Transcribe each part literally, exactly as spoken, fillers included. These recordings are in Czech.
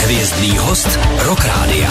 Hvězdný host Rock Rádia.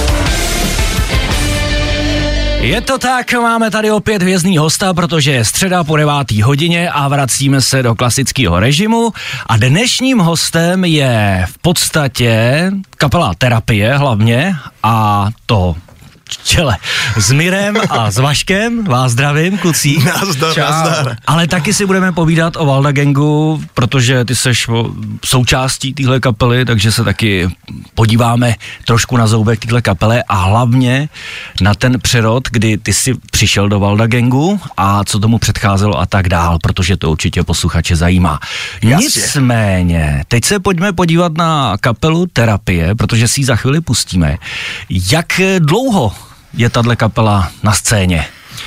Je to tak, máme tady opět hvězdný hosta, protože je středa po devátý hodině a vracíme se do klasického režimu a dnešním hostem je v podstatě kapela Terapie hlavně a to čele s Mirem a s Vaškem, vás zdravím, kluci. Nazdar, nazdar. Ale taky si budeme povídat o Valda Gangu, protože ty seš součástí téhle kapely, takže se taky podíváme trošku na zoubek téhle kapely a hlavně na ten přerod, kdy ty jsi přišel do Valda Gangu a co tomu předcházelo a tak dál, protože to určitě posluchače zajímá. Jasně. Nicméně, teď se pojďme podívat na kapelu Terapie, protože si ji za chvíli pustíme. Jak dlouho je tahle kapela na scéně?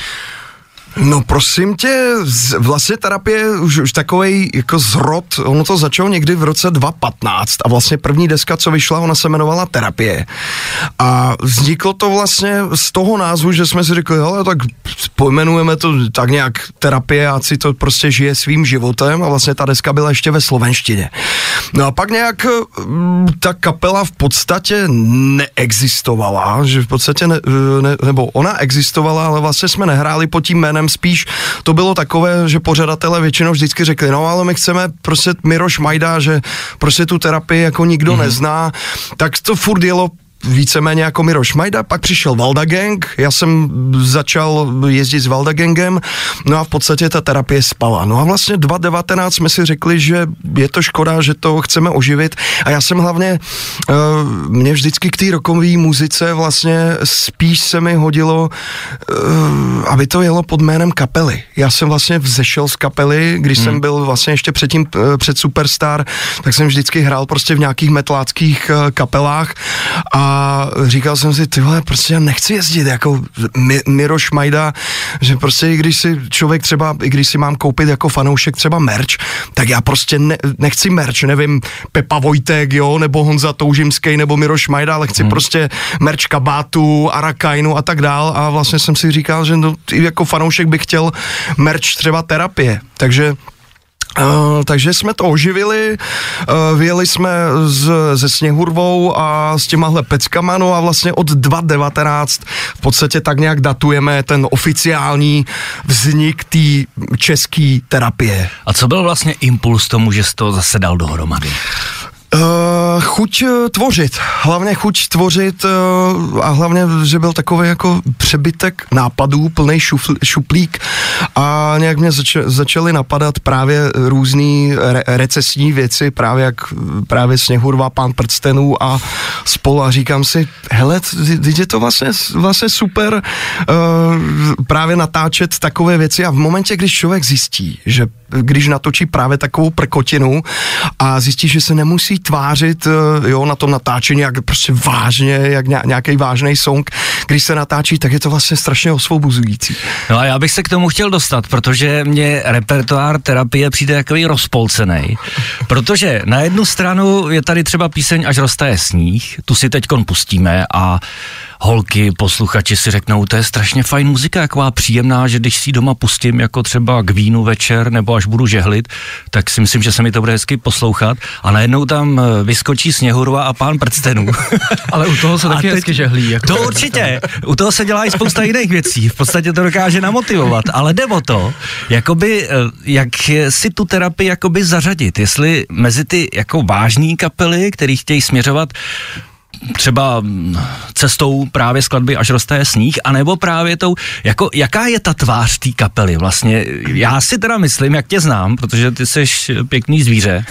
No prosím tě, vlastně Terapie už, už takovej jako zrod, ono to začalo někdy v roce dva tisíce patnáct a vlastně první deska, co vyšla, ona se jmenovala Terapie. A vzniklo to vlastně z toho názvu, že jsme si řekli, hele, tak pojmenujeme to tak nějak Terapie, ať si to prostě žije svým životem a vlastně ta deska byla ještě ve slovenštině. No a pak nějak ta kapela v podstatě neexistovala, že v podstatě ne, ne, nebo ona existovala, ale vlastně jsme nehráli pod tím jménem. Spíš to bylo takové, že pořadatelé většinou vždycky řekli, no ale my chceme prostě Miroš Majda, že prostě tu terapii jako nikdo mm-hmm. nezná, tak to furt jelo víceméně jako Miroš Majda, pak přišel Valda Gang, já jsem začal jezdit s Valda Gangem, no a v podstatě ta Terapie spala. No a vlastně dva tisíce devatenáct jsme si řekli, že je to škoda, že to chceme oživit a já jsem hlavně, uh, mě vždycky k té rockové muzice vlastně spíš se mi hodilo, uh, aby to jelo pod jménem kapely. Já jsem vlastně vzešel z kapely, když hmm. jsem byl vlastně ještě předtím uh, před Superstar, tak jsem vždycky hrál prostě v nějakých metláckých uh, kapelách a A říkal jsem si, ty vole, prostě já nechci jezdit jako Mi, Miroš Majda, že prostě i když si člověk třeba, i když si mám koupit jako fanoušek třeba merch, tak já prostě ne, nechci merch, nevím, Pepa Vojtek, jo, nebo Honza Toužimský, nebo Miroš Majda, ale chci hmm. prostě merch kabátu, Arakainu a tak dál a vlastně jsem si říkal, že no, jako fanoušek bych chtěl merch třeba Terapie, takže Uh, takže jsme to oživili, uh, vyjeli jsme z, se Sněhurvou a s těmahle peckama, no a vlastně od dva tisíce devatenáct v podstatě tak nějak datujeme ten oficiální vznik té české Terapie. A co byl vlastně impuls tomu, že jsi to zase dal dohromady? Uh, chuť uh, tvořit, hlavně chuť tvořit uh, a hlavně, že byl takový jako přebytek nápadů, plnej šufl, šuplík a nějak mě zač, začaly napadat právě různý re, recesní věci, právě jak právě Sněhurva, Pán prstenů a spol a říkám si, hele, teď je to vlastně, vlastně super uh, právě natáčet takové věci a v momentě, když člověk zjistí, že když natočí právě takovou prkotinu a zjistí, že se nemusí tvářit, jo, na tom natáčení jak prostě vážně, jak nějaký vážný song, když se natáčí, tak je to vlastně strašně osvobozující. No a já bych se k tomu chtěl dostat, protože mně repertoár Terapie přijde takový rozpolcený, protože na jednu stranu je tady třeba píseň Až roztaje sníh, tu si teďkon pustíme a holky, posluchači si řeknou, to je strašně fajn muzika, taková příjemná, že když si doma pustím jako třeba k vínu večer, nebo až budu žehlit, tak si myslím, že se mi to bude hezky poslouchat a najednou tam vyskočí Sněhurva a Pán prstenů. Ale u toho se taky teď, hezky žehlí. Jako to určitě, u toho se dělá i spousta jiných věcí, v podstatě to dokáže namotivovat, ale jde o to, jakoby, jak si tu terapii jakoby zařadit, jestli mezi ty jako vážný kapely, který chtějí směřovat třeba cestou právě skladby Až roztaje sníh, anebo právě tou, jako, jaká je ta tvář té kapely vlastně, já si teda myslím, jak tě znám, protože ty seš pěkný zvíře,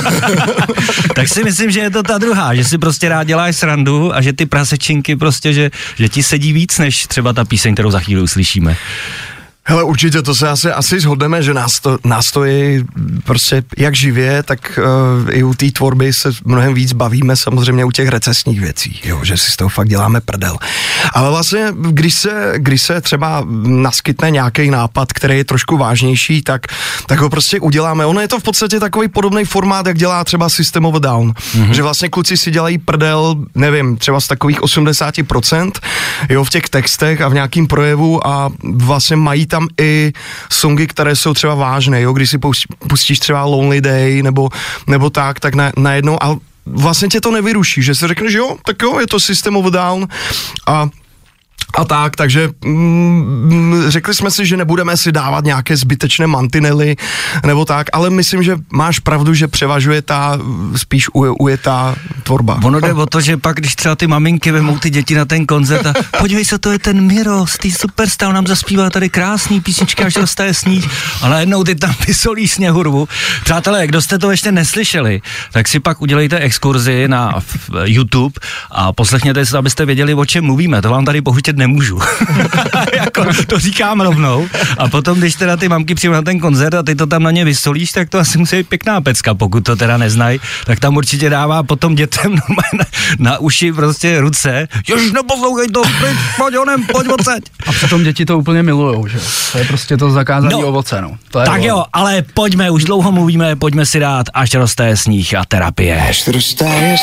tak si myslím, že je to ta druhá, že si prostě rád děláš srandu a že ty prasečinky prostě, že, že ti sedí víc, než třeba ta píseň, kterou za chvíli uslyšíme. Hele, určitě to se asi, asi shodneme, že nás to, nás to je prostě jak živě, tak uh, i u té tvorby se mnohem víc bavíme samozřejmě u těch recesních věcí, jo, že si z toho fakt děláme prdel. Ale vlastně, když se, když se třeba naskytne nějaký nápad, který je trošku vážnější, tak, tak ho prostě uděláme. Ono je to v podstatě takový podobný formát, jak dělá třeba System of a Down, mm-hmm. že vlastně kluci si dělají prdel, nevím, třeba z takových osmdesát procent, jo, v těch textech a v nějakým projevu a vlastně mají tam i songy, které jsou třeba vážné, jo, když si pustíš třeba Lonely Day nebo, nebo tak, tak na, najednou, a vlastně tě to nevyruší, že si řekneš, jo, tak jo, je to System of a Down a A tak, takže mm, řekli jsme si, že nebudeme si dávat nějaké zbytečné mantinely nebo tak, ale myslím, že máš pravdu, že převažuje ta spíš ujetá tvorba. Ono jde o to, že pak, když třeba ty maminky vemou ty děti na ten koncert a podívej se, to je ten Miro z tý Superstar, nám zaspívá tady krásný písničky, až roztaje sníh, a najednou ty tam vysolíš Sněhurvu. Přátelé, kdo jste to ještě neslyšeli, tak si pak udělejte exkurzi na YouTube a poslechněte si, abyste věděli, o čem mluvíme. To vám tady pohutět nemůžu. Jako, to říkám rovnou. A potom, když teda ty mamky přijou na ten koncert a ty to tam na ně vysolíš, tak to asi musí být pěkná pecka. Pokud to teda neznají, tak tam určitě dává potom dětem na, na uši prostě ruce. Jož, neposlouchej to, pryč, pojď honem, pojď odsaď. A přitom děti to úplně milujou, že? To je prostě to zakázané no, ovoce, no. To je tak bylo. Jo, ale pojďme, už dlouho mluvíme, pojďme si dát Až roztaje sníh a Terapie. Až roztaje.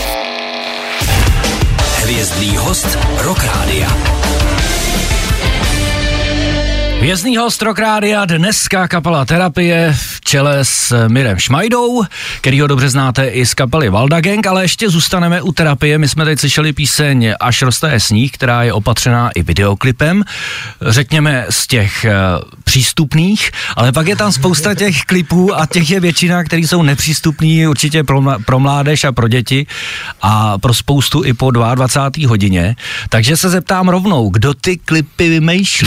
Hvězdný host Rock Rádia. Hvězdný host Rock Rádia, dneska kapela Terapie v čele s Mirem Šmajdou, kterýho dobře znáte i z kapely Valda Gang, ale ještě zůstaneme u Terapie. My jsme teď slyšeli píseň Až roztaje sníh, která je opatřená i videoklipem, řekněme z těch e, přístupných, ale pak je tam spousta těch klipů a těch je většina, který jsou nepřístupný určitě pro, pro mládež a pro děti a pro spoustu i po dvacáté druhé hodině. Takže se zeptám rovnou, kdo ty klipy vymýšlí?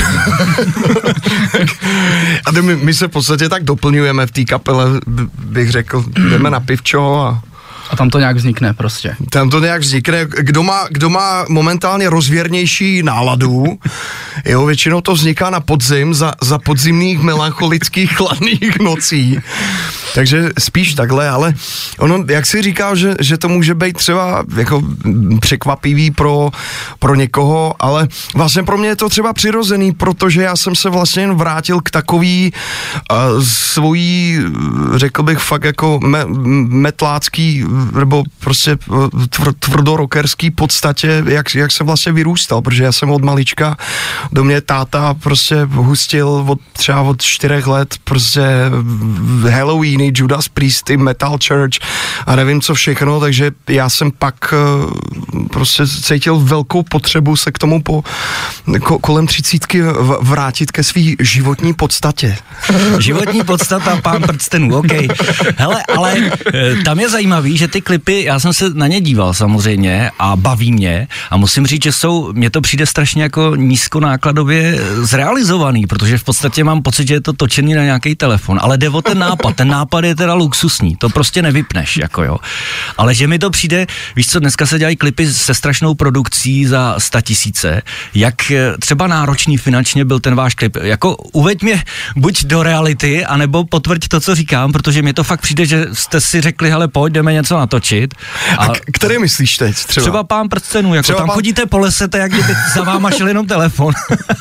A my, my se v podstatě tak doplňujeme v té kapele, bych řekl, jdeme na pivčo a... A tam to nějak vznikne prostě. Tam to nějak vznikne. Kdo má, kdo má momentálně rozvěrnější náladu, jo, většinou to vzniká na podzim, za, za podzimných melancholických chladných nocí. Takže spíš takhle, ale ono, jak si říkal, že, že to může být třeba jako překvapivý pro, pro někoho, ale vlastně pro mě je to třeba přirozený, protože já jsem se vlastně jen vrátil k takový uh, svojí, řekl bych fakt jako me, metlácký nebo prostě tvr, tvrdorockerský podstatě, jak, jak jsem vlastně vyrůstal, protože já jsem od malička, do mě táta prostě hustil od třeba od čtyřech let prostě Halloweeny, Judas Priesty, Metal Church a nevím co všechno, takže já jsem pak prostě cítil velkou potřebu se k tomu po ko, kolem třicítky vrátit ke svý životní podstatě. Životní podstata, Pán prstenů, OK. Hele, ale tam je zajímavý, že ty klipy, já jsem se na ně díval samozřejmě a baví mě a musím říct, že jsou, mně to přijde strašně jako nízkonákladově zrealizovaný, protože v podstatě mám pocit, že je to točený na nějaký telefon, ale jde o ten nápad, ten nápad je teda luxusní, to prostě nevypneš, jako jo. Ale že mi to přijde, víš co, dneska se dělají klipy se strašnou produkcí za sta tisíce, jak třeba náročný finančně byl ten váš klip, jako uveď mě buď do reality, anebo potvrď to, co říkám, protože mi to fakt přijde, že jste si řekli, hele, pojď, jdeme něco natočit. A, a k- který myslíš teď třeba? Třeba Pán prstenů, jako třeba tam pán... chodíte po lese, tak jak kdyby za váma šel jenom telefon.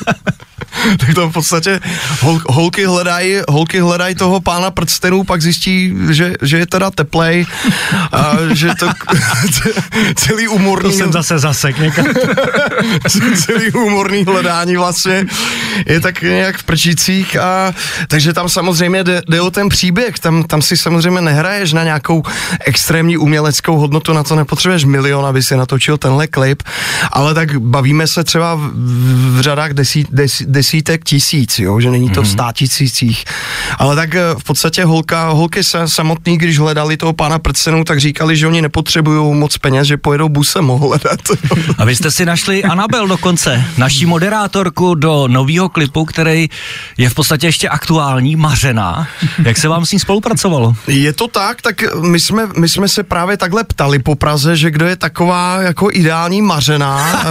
Tak to v podstatě hol, holky hledají holky hledají toho Pána prstenů, pak zjistí, že, že je teda teplej a že to celý humorný... To jsem zase zasek někam. Celý humorný hledání vlastně je tak nějak v prčících a takže tam samozřejmě jde, jde o ten příběh, tam, tam si samozřejmě nehraješ na nějakou extrémní uměleckou hodnotu, na to nepotřebuješ milion, aby si natočil tenhle klip, ale tak bavíme se třeba v, v řadách desí, desí, desítek tisíc, jo, že není to v stá tisících, ale tak v podstatě holka, holky se samotný, když hledali toho Pána prstenů, tak říkali, že oni nepotřebují moc peněz, že pojedou busem ho hledat. A vy jste si našli Anabel dokonce, naší moderátorku do nového klipu, který je v podstatě ještě aktuální, Mařená. Jak se vám s ní spolupracovalo? Je to tak, tak my jsme, my jsme se právě takhle ptali po Praze, že kdo je taková jako ideální Mařená.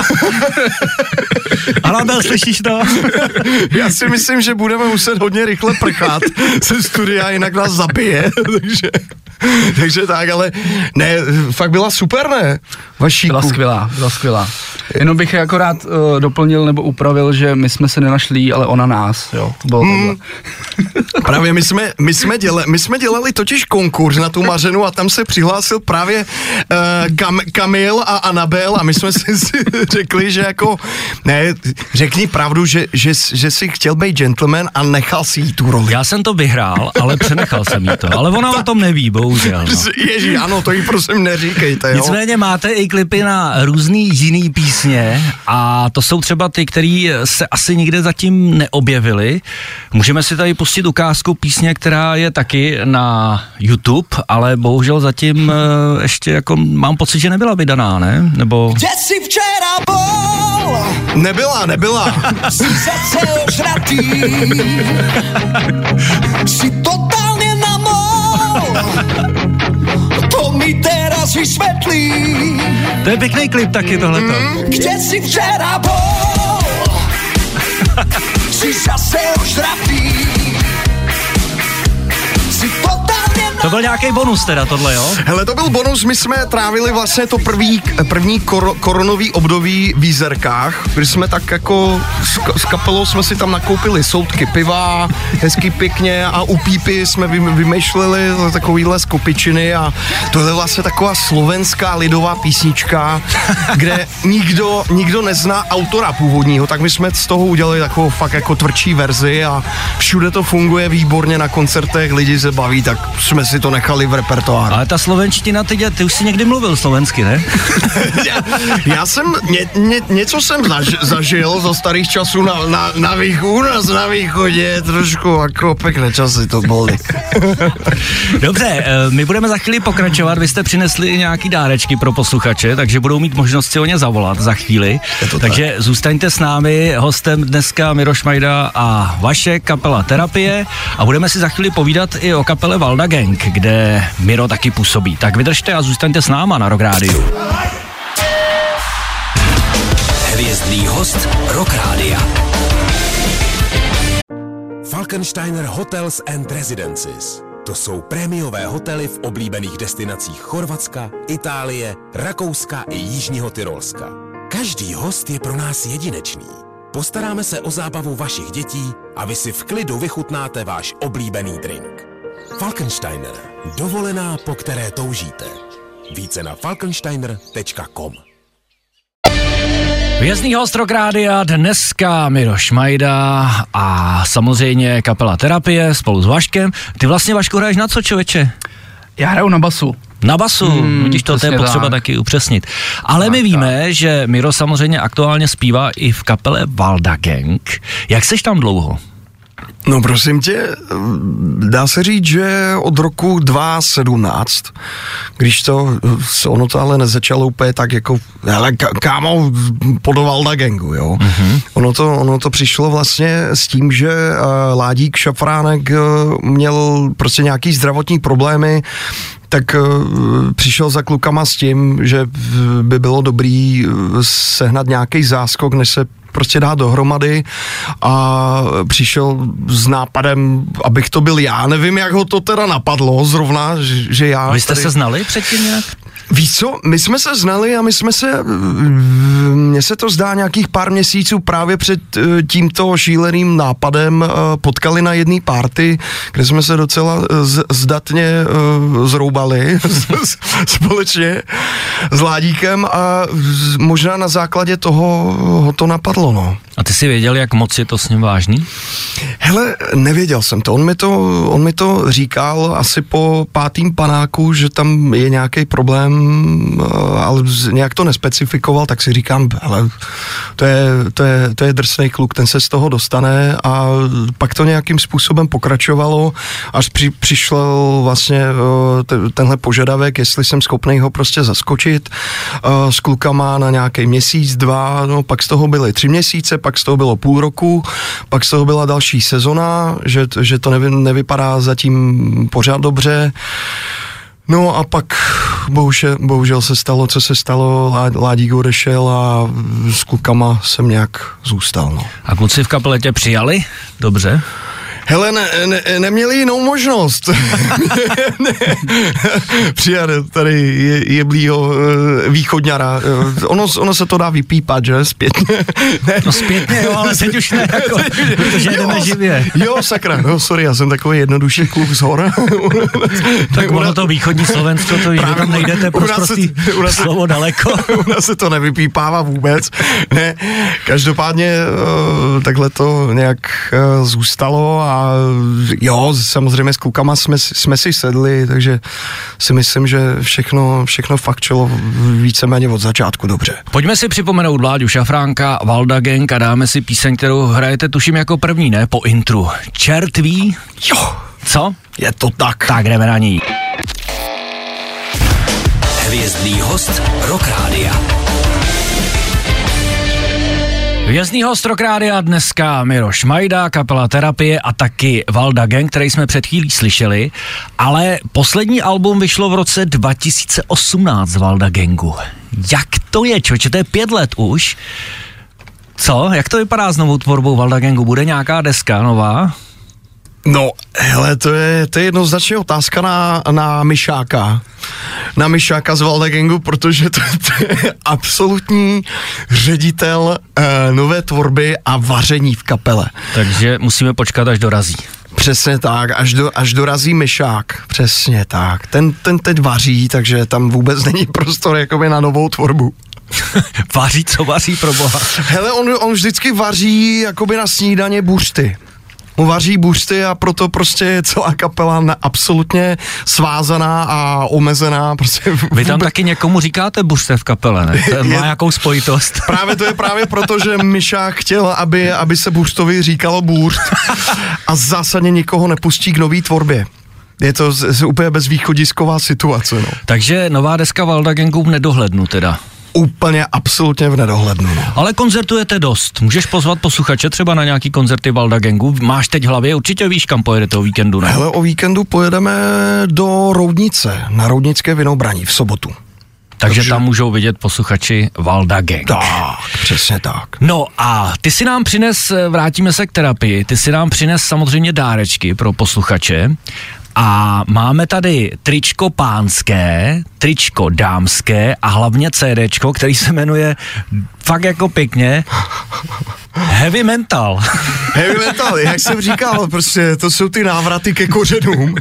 Anabel, slyšíš to? Já si myslím, že budeme muset hodně rychle prchat ze studia, jinak nás zabije, takže, takže tak, ale ne, fakt byla super, ne? Vašíku. Byla skvělá, byla skvělá. Jenom bych jako rád uh, doplnil nebo upravil, že my jsme se nenašli, ale ona nás, jo. Bylo mm. Právě my jsme, my, jsme dělali, my jsme dělali totiž konkurs na tu Mařenu a tam se přihlásil právě uh, Kam, Kamil a Anabel a my jsme si řekli, že jako, ne, řekni pravdu, že že, že, že jsi chtěl být gentleman a nechal si jí tu roli. Já jsem to vyhrál, ale přenechal jsem jí to. Ale ona o tom neví, bohužel. No. Ježí, ano, to jí prosím neříkejte, jo. Nicméně máte i klipy na různý jiný písně a to jsou třeba ty, které se asi nikde zatím neobjevily. Můžeme si tady pustit ukázku písně, která je taky na YouTube, ale bohužel zatím ještě jako mám pocit, že nebyla vydaná, ne? Nebo... Kde jsi včera bol? Nebyla, nebyla. Jsi zase ožratý. Jsi totálně namol. To mi teraz vysvětlí. To je pěkný klip taky tohleto. Mm, kde jsi včera bol? Jsi zase ožratý. Jsi totálně. To byl nějaký bonus teda tohle, jo? Hele, to byl bonus, my jsme trávili vlastně to první, první kor, koronový období v Jízerkách, kdy jsme tak jako s, s kapelou jsme si tam nakoupili soudky piva, hezky pěkně a u pípy jsme vymýšleli takovýhle skopičiny a to je vlastně taková slovenská lidová písnička, kde nikdo, nikdo nezná autora původního, tak my jsme z toho udělali takovou fakt jako tvrdší verzi a všude to funguje výborně na koncertech, lidi se baví, tak jsme si to nechali v repertoáru. Ale ta slovenština, ty, ty už si někdy mluvil slovensky, ne? já, já jsem, ně, ně, něco jsem zaž, zažil zo starých časů na, na, na východu, u nás na východě, trošku jako pěkné časy to byly. Dobře, my budeme za chvíli pokračovat, vy jste přinesli nějaký dárečky pro posluchače, takže budou mít možnost si o ně zavolat za chvíli. Takže tak. Zůstaňte s námi, hostem dneska Miroš Majda a vaše kapela Terapie a budeme si za chvíli povídat i o kapele Valda Gang, kde Miro taky působí. Tak vydržte a zůstaňte s náma na Rock Rádiu. Hvězdný host Rock Rádia. Falkensteiner Hotels and Residences. To jsou prémiové hotely v oblíbených destinacích Chorvatska, Itálie, Rakouska i Jižního Tyrolska. Každý host je pro nás jedinečný. Postaráme se o zábavu vašich dětí a vy si v klidu vychutnáte váš oblíbený drink. Falkensteiner. Dovolená, po které toužíte. Více na falkensteiner tečka com. Hvězdný host Rock Rádia, dneska Miroš Majda a samozřejmě kapela Terapie spolu s Vaškem. Ty vlastně, Vašku, hraješ na co, člověče? Já hraju na basu. Na basu, hmm, vidíš, to, to je potřeba tak. taky upřesnit. Ale tak, my víme, tak. že Miro samozřejmě aktuálně zpívá i v kapele Valda Gang. Jak seš tam dlouho? No prosím tě, dá se říct, že od roku dva tisíce sedmnáct, když to, ono to ale nezačalo úplně tak jako, hele, kámo, pod Valda Gangu, jo. Mm-hmm. Ono to, ono to přišlo vlastně s tím, že uh, Ládík Šafránek uh, měl prostě nějaký zdravotní problémy, tak uh, přišel za klukama s tím, že by bylo dobrý sehnat nějaký záskok, než se prostě dát dohromady a přišel s nápadem, abych to byl já. Nevím, jak ho to teda napadlo zrovna, že, že já... Vy jste tady... se znali předtím nějak? Víš co, my jsme se znali a my jsme se, mně se to zdá nějakých pár měsíců právě před tímto šíleným nápadem potkali na jedné party, kde jsme se docela zdatně zroubali společně s Ládíkem a možná na základě toho ho to napadlo, no. A ty jsi věděl, jak moc je to s ním vážný? Hele, nevěděl jsem to. On mi to, on mi to říkal asi po pátým panáku, že tam je nějaký problém, ale nějak to nespecifikoval, tak si říkám, hele, to je, to je, to je drsnej kluk, ten se z toho dostane a pak to nějakým způsobem pokračovalo, až při, přišel vlastně tenhle požadavek, jestli jsem schopný ho prostě zaskočit s klukama na nějaký měsíc, dva, no pak z toho byly tři měsíce, pak z toho bylo půl roku, pak z toho byla další sezona, že, že to nevy, nevypadá zatím pořád dobře. No a pak bohužel, bohužel se stalo, co se stalo, Ládík odešel a s klukama jsem nějak zůstal. No. A kluci v kapele tě přijali? Dobře? Hele, ne, ne, neměli jinou možnost. ne, přijat tady je, jeblýho východňara. Ono, ono se to dá vypípat, že? Zpětně. ne. No zpětně, jo, ale teď už ne, jako, protože jdeme živě. Jo, sakra, no sorry, já jsem takový jednodušší kluk z hor. Tak ono to východní Slovensko, to víš, tam nejdete prostý slovo daleko. U nás se to nevypípává vůbec. Ne, každopádně takhle to nějak zůstalo a jo, samozřejmě s klukama jsme, jsme si sedli, takže si myslím, že všechno, všechno fakt čelo víceméně od začátku dobře. Pojďme si připomenout Vláďu Šafránka, Valda Gang a dáme si píseň, kterou hrajete tuším jako první, ne? Po intru. Čert ví? Jo. Co? Je to tak. Tak jdeme na ní. Hvězdný host Rock Rádia. Hvězdný host Rock Rádia dneska Miroš Majda, kapela Terapie a taky Valda Gang, který jsme před chvílí slyšeli, ale poslední album vyšlo v roce dva tisíce osmnáct z Valda Gangu. Jak to je, člověče, to je pět let už. Co? Jak to vypadá s novou tvorbou Valda Gangu? Bude nějaká deska nová? No, hele, to je, to je jednoznačně otázka na, na Myšáka. Na Myšáka z Valda Gangu, protože to, to je absolutní ředitel eh, nové tvorby a vaření v kapele. Takže musíme počkat, až dorazí. Přesně tak, až, do, až dorazí Myšák, přesně tak. Ten, ten teď vaří, takže tam vůbec není prostor jakoby na novou tvorbu. Vaří, co vaří, pro boha? Hele, on, on vždycky vaří jakoby na snídaně buřty. On vaří buřty a proto prostě je celá kapela na, absolutně svázaná a omezená. Prostě Vy tam taky někomu říkáte buřte v kapele, ne? To má nějakou spojitost. Právě to je právě proto, že Myšák chtěl, aby, aby se buřtovi říkalo buřt a zásadně nikoho nepustí k nový tvorbě. Je to z, z úplně bezvýchodisková situace, no. Takže nová deska Valda Gangu v nedohlednu teda. Úplně absolutně v nedohlednu. No. Ale koncertujete dost. Můžeš pozvat posluchače třeba na nějaký koncerty Valda Gangu? Máš teď v hlavě, určitě víš, kam pojedete o víkendu, ne? Hele, o víkendu pojedeme do Roudnice, na Roudnické Vinobraní v sobotu. Takže, Takže tam můžou vidět posluchači Valda Gang. Tak, přesně tak. No a ty si nám přines, vrátíme se k terapii, ty si nám přines samozřejmě dárečky pro posluchače. A máme tady tričko pánské, tričko dámské a hlavně CDčko, který se jmenuje fakt jako pěkně Heavy Mental. Heavy Mental, jak jsem říkal, prostě to jsou ty návraty ke kořenům.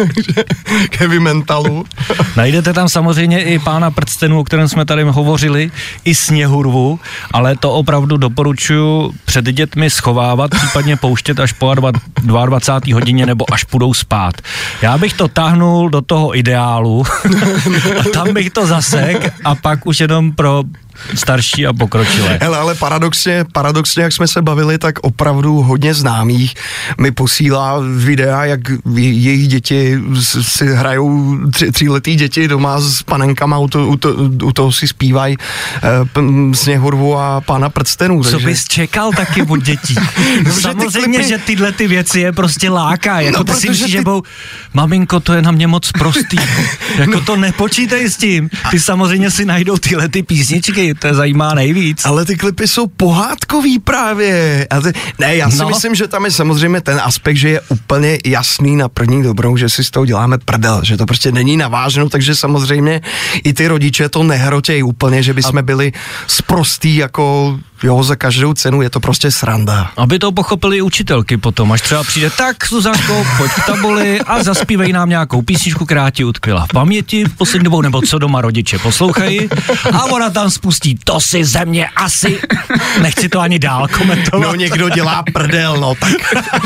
K Heavy Mentalu. Najdete tam samozřejmě i Pána prstenů, o kterém jsme tady hovořili, i Sněhurvu, ale to opravdu doporučuji před dětmi schovávat, případně pouštět až po dvacáté druhé hodině nebo až půjdou spát. Já bych to táhnul do toho ideálu a tam bych to zasek a pak už jenom pro starší a pokročilé. Hele, ale paradoxně, paradoxně, jak jsme se bavili, tak opravdu hodně známých mi posílá videa, jak jejich děti si hrajou, tři, tříletý děti doma s panenkama, u, to, u, to, u toho si zpívají uh, Sněhurvu a Pána prstenů. Co takže... bys čekal taky od dětí? No, samozřejmě, klipy... že tyhle ty věci je prostě láká. Jako no, ty si myslíš, ty... že bou, maminko, to je na mě moc prostý. Jako no. To nepočítej s tím. Ty samozřejmě si najdou tyhle ty písničky, to je zajímá nejvíc. Ale ty klipy jsou pohádkový právě. A ty, ne, já si no. myslím, že tam je samozřejmě ten aspekt, že je úplně jasný na první dobrou, že si z toho děláme prdel, že to prostě není naváženo, takže samozřejmě i ty rodiče to nehrotějí úplně, že bychom byli sprostý jako jo, za každou cenu, je to prostě sranda. Aby to pochopili učitelky potom, až třeba přijde, tak Zuzanko, pojď k tabuli a zaspívej nám nějakou písničku, která ti utkvěla v paměti v poslední dobou, nebo co doma rodiče poslouchají a ona tam spustí, to si ze mě asi, nechci to ani dál komentovat. No někdo dělá prdel, no tak.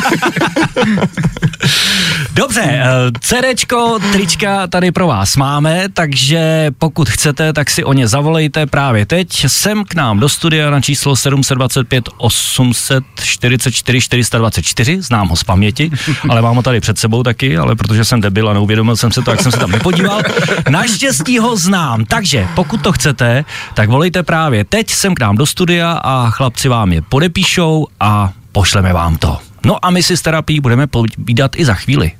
Dobře, CDčko, trička tady pro vás máme, takže pokud chcete, tak si o ně zavolejte právě teď. Sem k nám do studia na číslo sedm set dvacet pět osm set čtyřicet čtyři čtyři sta dvacet čtyři, znám ho z paměti, ale mám ho tady před sebou taky, ale protože jsem debil a neuvědomil jsem se to, jak jsem se tam nepodíval. Naštěstí ho znám, takže pokud to chcete, tak volejte právě teď sem k nám do studia a chlapci vám je podepíšou a pošleme vám to. No a my si s terapií budeme povídat i za chvíli.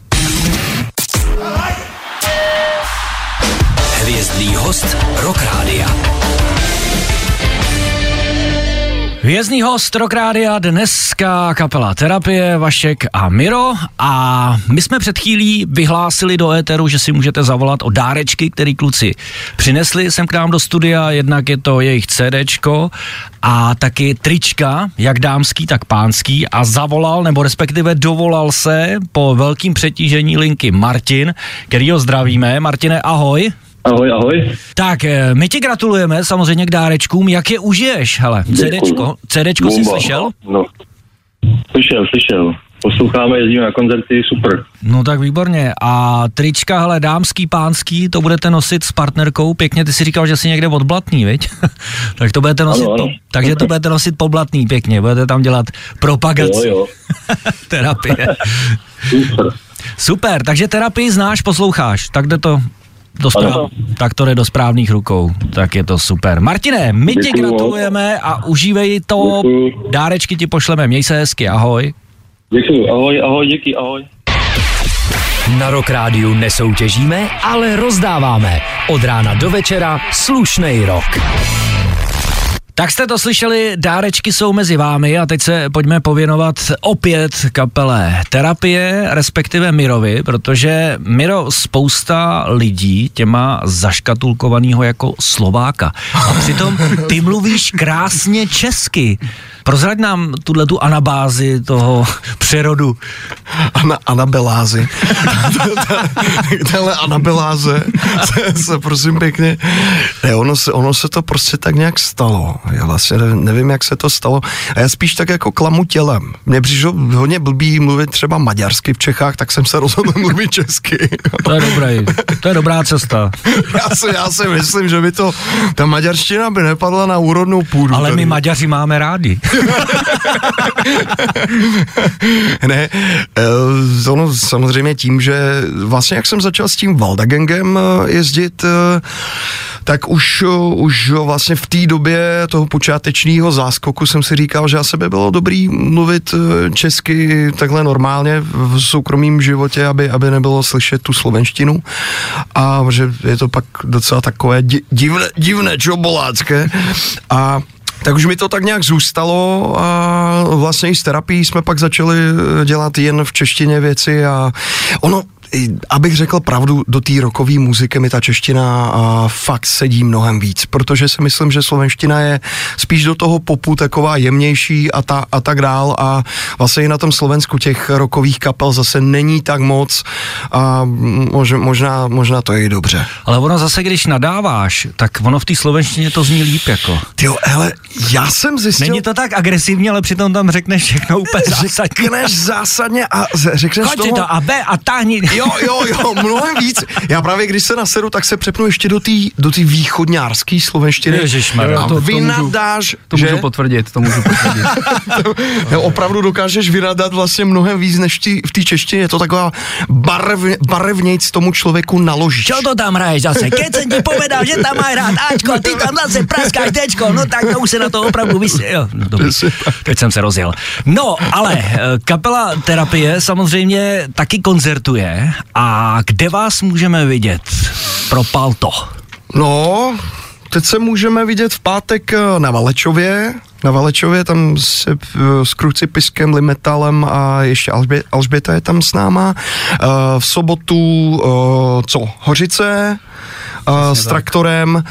Hvězdný host Rock Rádia. Hvězdný host Rock Rádia, dneska kapela Terapie, Vašek a Miro, a my jsme před chvílí vyhlásili do éteru, že si můžete zavolat o dárečky, který kluci přinesli sem k nám do studia, jednak je to jejich CDčko a taky trička, jak dámský, tak pánský, a zavolal, nebo respektive dovolal se po velkým přetížení linky Martin, kterýho zdravíme. Martine, ahoj. Ahoj, ahoj. Tak, my ti gratulujeme samozřejmě k dárečkům, jak je užiješ, hele, CDčko, CDčko jsi slyšel? No, slyšel, slyšel. Posloucháme, jezdíme na koncerty, super. No tak výborně. A trička, hele, dámský, pánský, to budete nosit s partnerkou, pěkně, ty si říkal, že jsi někde od Blatný, viď? Tak to budete nosit, ano, ano. Po, takže to budete nosit po Blatný, pěkně, budete tam dělat propagaci. Jo, jo. Terapie. Super. Super, takže terapii znáš, posloucháš, tak jde to do správ, tak to jde do správných rukou, tak je to super. Martine, my ti gratulujeme a užívej to, děkuju. Dárečky ti pošleme, měj se hezky, ahoj. Děkuju, ahoj, ahoj, díky, ahoj. Na Rock Rádiu nesoutěžíme, ale rozdáváme. Od rána do večera slušnej rock. Tak jste to slyšeli, dárečky jsou mezi vámi a teď se pojďme pověnovat opět kapele Terapie, respektive Mirovi, protože Miro, spousta lidí tě má zaškatulkovanýho jako Slováka. A přitom ty mluvíš krásně česky. Prozrať nám tuhletu anabázi toho přerodu. Ana, anabelázy. Tahle anabeláze se, se prosím pěkně, ne, ono, se, ono se to prostě tak nějak stalo. Já vlastně nevím, jak se to stalo. A já spíš tak jako klamu tělem. Mně přišlo hodně blbý mluvit třeba maďarsky v Čechách, tak jsem se rozhodl mluvit česky. To je dobrý, to je dobrá cesta. Já si, já si myslím, že by to, ta maďarština by nepadla na úrodnou půdu. Ale tady. my Maďaři máme rádi. Ne, ono samozřejmě tím, že vlastně jak jsem začal s tím Valdagangem jezdit, tak už, už vlastně v té době toho počátečního záskoku jsem si říkal, že asi by bylo dobrý mluvit česky takhle normálně v soukromém životě, aby, aby nebylo slyšet tu slovenštinu, a že je to pak docela takové divné, divné čobolácké. A tak už mi to tak nějak zůstalo a vlastně i s terapií jsme pak začali dělat jen v češtině věci a ono, abych řekl pravdu, do té rockové muziky mi ta čeština a fakt sedí mnohem víc, protože si myslím, že slovenština je spíš do toho popu taková jemnější a, ta, a tak dál, a vlastně i na tom Slovensku těch rockových kapel zase není tak moc a mož, možná, možná to je i dobře. Ale ono zase, když nadáváš, tak ono v té slovenštině to zní líp jako. Tyjo, hele, já jsem zjistil... Není to tak agresivní, ale přitom tam řekneš všechno úplně zásadně. Řekneš zásadně a řekneš Choď toho... si to a B a táhni. Jo, jo, jo, mnohem víc. Já právě, když se nasedu, tak se přepnu ještě do té do té východňárské slovenštiny. Ježišmarja. A To- to vynadáš, To že? můžu potvrdit, to můžu potvrdit. Jo, opravdu dokážeš vynadat vlastně mnohem víc než tý, v té češtině. Je to taková barev, barevnějc tomu člověku naložíš. Čo to tam hraješ zase? Keď jsem ti povedal, že tam mají hrát Ačko, ty tam zase praskáš Dčko, no tak to už se na to opravdu vysí. Jo, no, dobrý. Teď jsem se rozjel. No, ale eh, kapela Terapie samozřejmě taky koncertuje, a kde vás můžeme vidět? Propal to. No, teď se můžeme vidět v pátek na Valečově. Na Valečově tam se s Krucipiskem, Limetalem a ještě Alžbě, Alžběta je tam s náma. V sobotu co? Hořice s Traktorem,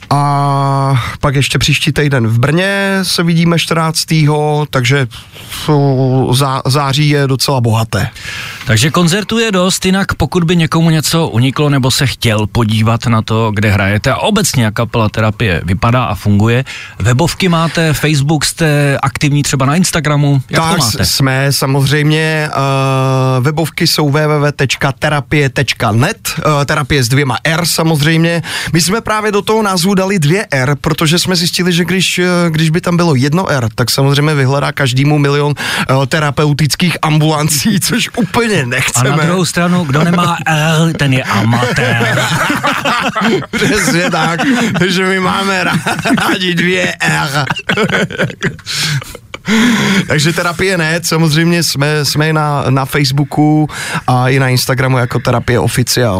a pak ještě příští týden v Brně se vidíme čtrnáctého takže zá, září je docela bohaté. Takže koncertů je dost, jinak pokud by někomu něco uniklo nebo se chtěl podívat na to, kde hrajete a obecně jak kapela Terapie vypadá a funguje, webovky máte, Facebook, jste aktivní třeba na Instagramu, jak tak to máte? jsme samozřejmě, uh, webovky jsou w w w tečka terapie tečka net, uh, terapie s dvěma R samozřejmě. My jsme právě do toho názvu dali dvě R, protože jsme zjistili, že když, když by tam bylo jedno R, tak samozřejmě vyhledá každému milion uh, terapeutických ambulancí, což úplně nechceme. A na druhou stranu, kdo nemá L, ten je amatér. Přesně tak, že my máme rádi dvě R. Takže Terapie net, samozřejmě jsme, jsme na, na Facebooku a i na Instagramu jako Terapie oficiál.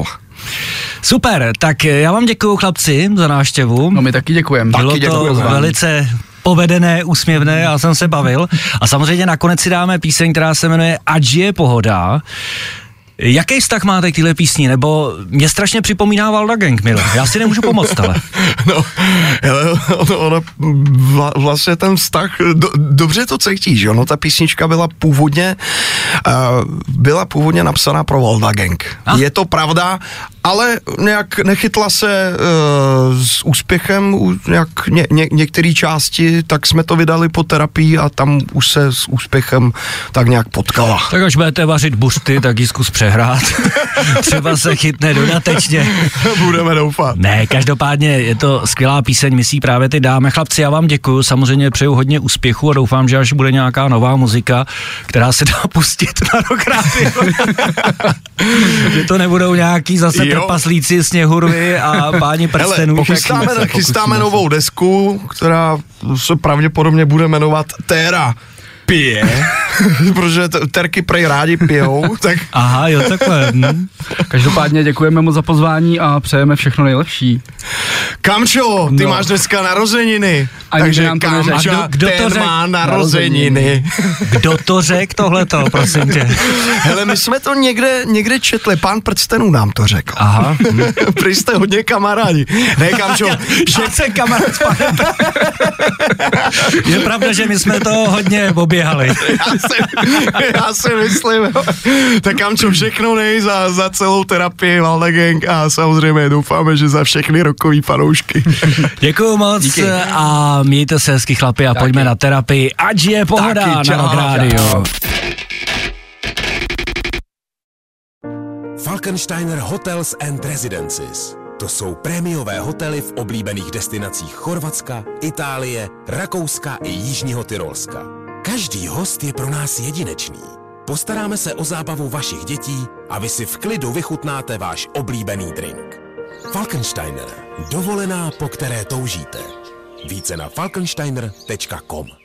Super, tak já vám děkuju, chlapci, za návštěvu. No my taky děkujeme. Taky Bylo to děkujeme. velice povedené, úsměvné, já jsem se bavil. A samozřejmě nakonec si dáme píseň, která se jmenuje Ať je pohoda. Jaký vztah máte k téhle písni? Nebo mě strašně připomíná Valda Gang, Milo. Já si nemůžu pomoct, ale. No, ono, ono, vla, vlastně ten vztah, do, dobře to cítíš, ono, ta písnička byla původně, uh, byla původně napsaná pro Valda Gang. A? Je to pravda, ale nějak nechytla se uh, s úspěchem u nějak ně, ně, některé části, tak jsme to vydali po terapii a tam už se s úspěchem tak nějak potkala. Tak až budete vařit buřty, tak ji zkus přehrát. Třeba se chytne dodatečně. Budeme doufat. Ne, každopádně je to skvělá píseň, my si právě ty dáme. Chlapci, já vám děkuju, samozřejmě přeju hodně úspěchu a doufám, že až bude nějaká nová muzika, která se dá pustit na Rock Radio. Že to nebudou nějaký zase trpaslíci, sněhurvy a páni prstenů. Hele, chystáme, chystáme novou desku, která se pravděpodobně bude jmenovat Téra pije, protože t- terky prej rádi pijou, tak... Aha, jo, takhle. Hm. Každopádně děkujeme mu za pozvání a přejeme všechno nejlepší. Kamčo, ty no. máš dneska narozeniny, Ani takže nám to Kamča, kdo, kdo ten to řek? má narozeniny. Kdo to řekl tohleto, prosím tě? Hele, my jsme to někde, někde četli, pán prstenů nám to řekl. Aha. Hm. Prý jste hodně kamarádi. Ne, Kamčo, že jsem kamarád s panem. Je pravda, že my jsme to hodně oběhali. Já si, já si myslím, jo. Tak Kamčo, všechno nej za, za celou terapii Valda Gang a samozřejmě doufáme, že za všechny rockový fanoušky. Děkuju moc. Díky. A mějte se hezky, chlapi, a taky. Pojďme na terapii. Ať je pohoda. Taky, na Rock Radio. Falkensteiner Hotels and Residences. To jsou prémiové hotely v oblíbených destinacích Chorvatska, Itálie, Rakouska i Jižního Tyrolska. Každý host je pro nás jedinečný. Postaráme se o zábavu vašich dětí a vy si v klidu vychutnáte váš oblíbený drink. Falkensteiner. Dovolená, po které toužíte. Více na falkensteiner tečka com.